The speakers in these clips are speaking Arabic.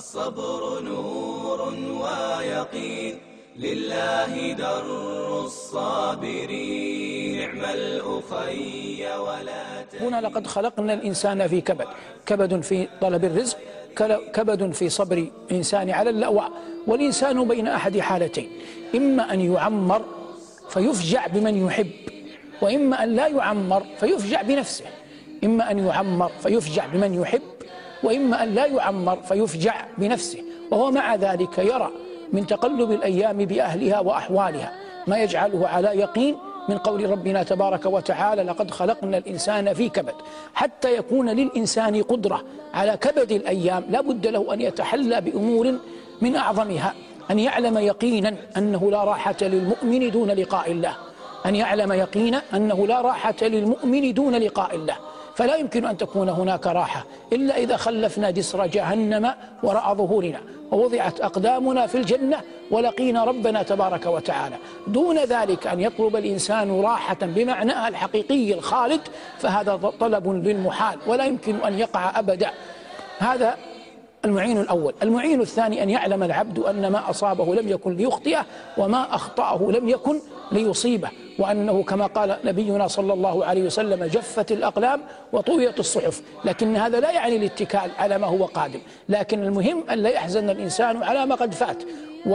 الصبر نور ويقين لله در الصابرين. نعم الأخي ولا هنا لقد خلقنا الإنسان في كبد، كبد في طلب الرزق، كبد في صبر الإنسان على اللأواء. والإنسان بين أحد حالتين: إما أن يعمر فيفجع بمن يحب، وإما أن لا يعمر فيفجع بنفسه. إما أن يعمر فيفجع بمن يحب، وإما أن لا يعمر فيفجع بنفسه. وهو مع ذلك يرى من تقلب الأيام بأهلها وأحوالها ما يجعله على يقين من قول ربنا تبارك وتعالى: لقد خلقنا الإنسان في كبد. حتى يكون للإنسان قدرة على كبد الأيام لا بد له أن يتحلى بأمور من أعظمها: أن يعلم يقينا أنه لا راحة للمؤمن دون لقاء الله، أن يعلم يقينا أنه لا راحة للمؤمن دون لقاء الله. فلا يمكن أن تكون هناك راحة إلا إذا خلفنا جسر جهنم وراء ظهورنا ووضعت أقدامنا في الجنة ولقينا ربنا تبارك وتعالى. دون ذلك أن يطلب الإنسان راحة بمعناها الحقيقي الخالد فهذا طلب للمحال ولا يمكن أن يقع أبدا. هذا المعين الأول. المعين الثاني: أن يعلم العبد أن ما أصابه لم يكن ليخطئه وما أخطأه لم يكن ليصيبه، وأنه كما قال نبينا صلى الله عليه وسلم: جفت الأقلام وطويت الصحف. لكن هذا لا يعني الاتكال على ما هو قادم، لكن المهم أن لا يحزن الإنسان على ما قد فات.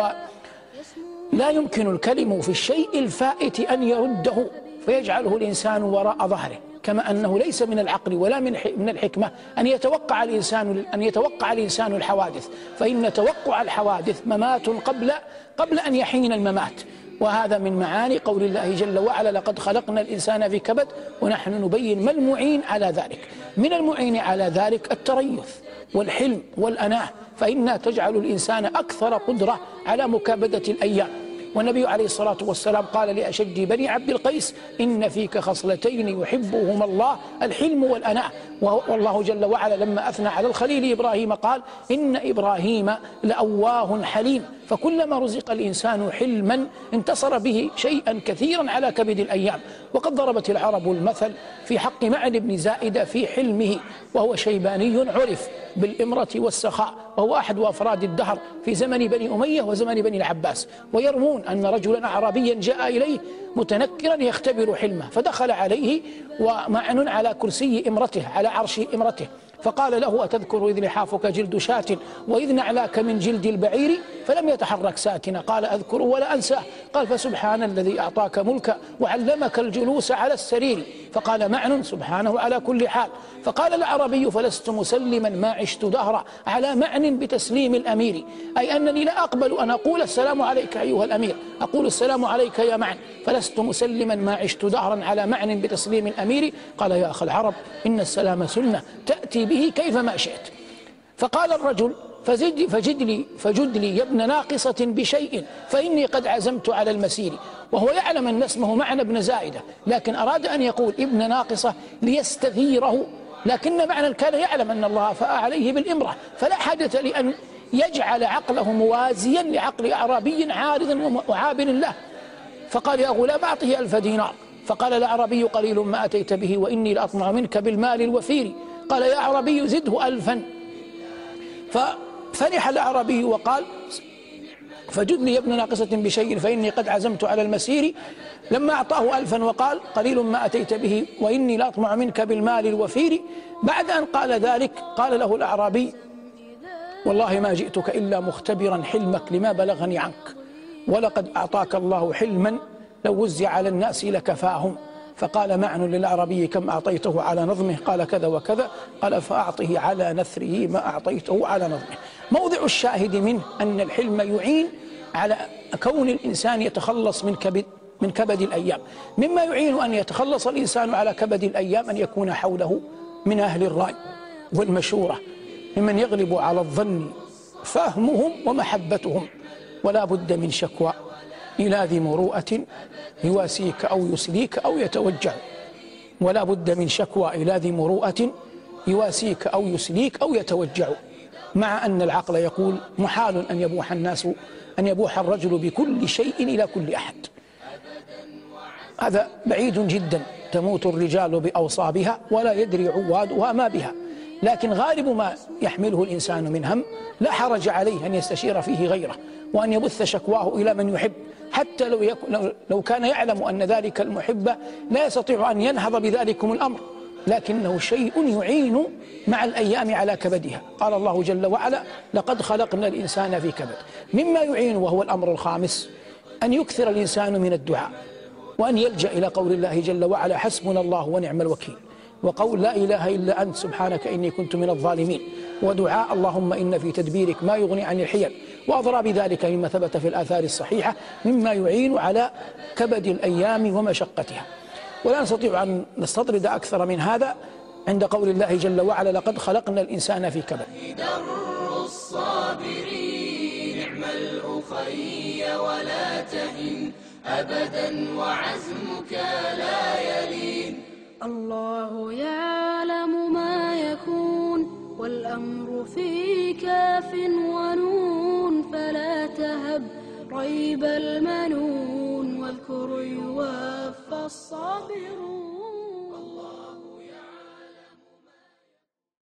ولا يمكن الكلم في الشيء الفائت أن يرده فيجعله الإنسان وراء ظهره، كما أنه ليس من العقل ولا من الحكمة أن يتوقع الإنسان الحوادث، فإن توقع الحوادث ممات قبل أن يحين الممات. وهذا من معاني قول الله جل وعلا: لقد خلقنا الإنسان في كبد. ونحن نبين ما المعين على ذلك. من المعين على ذلك التريث والحلم والأناة، فإنها تجعل الإنسان أكثر قدرة على مكابدة الأيام. والنبي عليه الصلاة والسلام قال لأشج بني عبد القيس: إن فيك خصلتين يحبهما الله، الحلم والأناة. والله جل وعلا لما أثنى على الخليل إبراهيم قال: إن إبراهيم لأواه حليم. فكلما رزق الإنسان حلما انتصر به شيئا كثيرا على كبد الأيام. وقد ضربت العرب المثل في حق معن بن زائدة في حلمه، وهو شيباني عرف بالإمرة والسخاء، وهو أحد أفراد الدهر في زمن بني أمية وزمن بني العباس. ويروون أن رجلا أعرابيا جاء إليه متنكرا يختبر حلمه، فدخل عليه ومعن على كرسي إمرته، على عرش إمرته، فقال له: أتذكر إذ لحافك جلد شاة وإذ نعلاك من جلد البعير؟ فلم يتحرك ساكنا. قال: أذكر ولا أنساه. قال: فسبحان الذي أعطاك ملكا وعلمك الجلوس على السرير. فقال معن: سبحانه على كل حال. فقال العربي: فلست مسلما ما عشت دهرا على معن بتسليم الأمير، أي أنني لا أقبل أن أقول السلام عليك أيها الأمير، أقول السلام عليك يا معن، فلست مسلما ما عشت دهرا على معن بتسليم الأمير. قال: يا أخ العرب إن السلام سنة تأتي به كيفما شئت. فقال الرجل: فجد لي يا ابن ناقصة بشيء فإني قد عزمت على المسير. وهو يعلم أن اسمه معنى ابن زائدة، لكن أراد أن يقول ابن ناقصة ليستثيره، لكن معنى كان يعلم أن الله فاء عليه بالإمرة، فلا حاجة لأن يجعل عقله موازيا لعقل أعرابي عارض وعابر له. فقال: يا غلام أعطه 1000 دينار. فقال الأعرابي: قليل ما أتيت به وإني لأطمع منك بالمال الوفير. قال: يا أعرابي زده 1000. ففرح الأعرابي وقال: فجد لي يا ابن ناقصة بشيء فإني قد عزمت على المسير. لما أعطاه 1000 وقال: قليل ما أتيت به وإني لأطمع منك بالمال الوفير. بعد أن قال ذلك قال له الأعرابي: والله ما جئتك إلا مختبرا حلمك لما بلغني عنك، ولقد أعطاك الله حلما لو وزع على الناس لكفاهم. فقال معن للأعرابي: كم أعطيته على نظمه؟ قال: كذا وكذا. قال: فأعطه على نثره ما أعطيته على نظمه. موضع الشاهد منه أن الحلم يعين على كون الإنسان يتخلص من كبد الأيام. مما يعين أن يتخلص الإنسان على كبد الأيام أن يكون حوله من أهل الرأي والمشورة، ممن يغلب على الظن فهمهم ومحبتهم. ولا بد من شكوى إلى ذي مروءة يواسيك أو يسليك أو يتوجع. ولا بد من شكوى إلى ذي مروءة يواسيك أو يسليك أو يتوجع. مع أن العقل يقول: محال أن يبوح الرجل بكل شيء إلى كل أحد. هذا بعيد جدا. تموت الرجال بأوصابها ولا يدري عوادها ما بها. لكن غالب ما يحمله الإنسان من هم لا حرج عليه أن يستشير فيه غيره، وأن يبث شكواه إلى من يحب، حتى لو كان يعلم أن ذلك المحب لا يستطيع أن ينهض بذلكم الأمر، لكنه شيء يعين مع الأيام على كبدها. قال الله جل وعلا: لقد خلقنا الإنسان في كبد. مما يعين، وهو الأمر الخامس، أن يكثر الإنسان من الدعاء، وأن يلجأ إلى قول الله جل وعلا: حسبنا الله ونعم الوكيل، وقول لا إله إلا أنت سبحانك إني كنت من الظالمين، ودعاء اللهم إن في تدبيرك ما يغني عن الحيل، وأضرب ذلك مما ثبت في الآثار الصحيحة مما يعين على كبد الأيام ومشقتها. ولا نستطيع أن نستطرد أكثر من هذا عند قول الله جل وعلا: لقد خلقنا الإنسان في كبد. در الصابرين نعم الأخي ولا تهن أبدا وعزمك لا يلين. الله يعلم ما يكون والأمر في كاف ونون، فلا تهب ريب المنون واذكر يوفى الصابرون.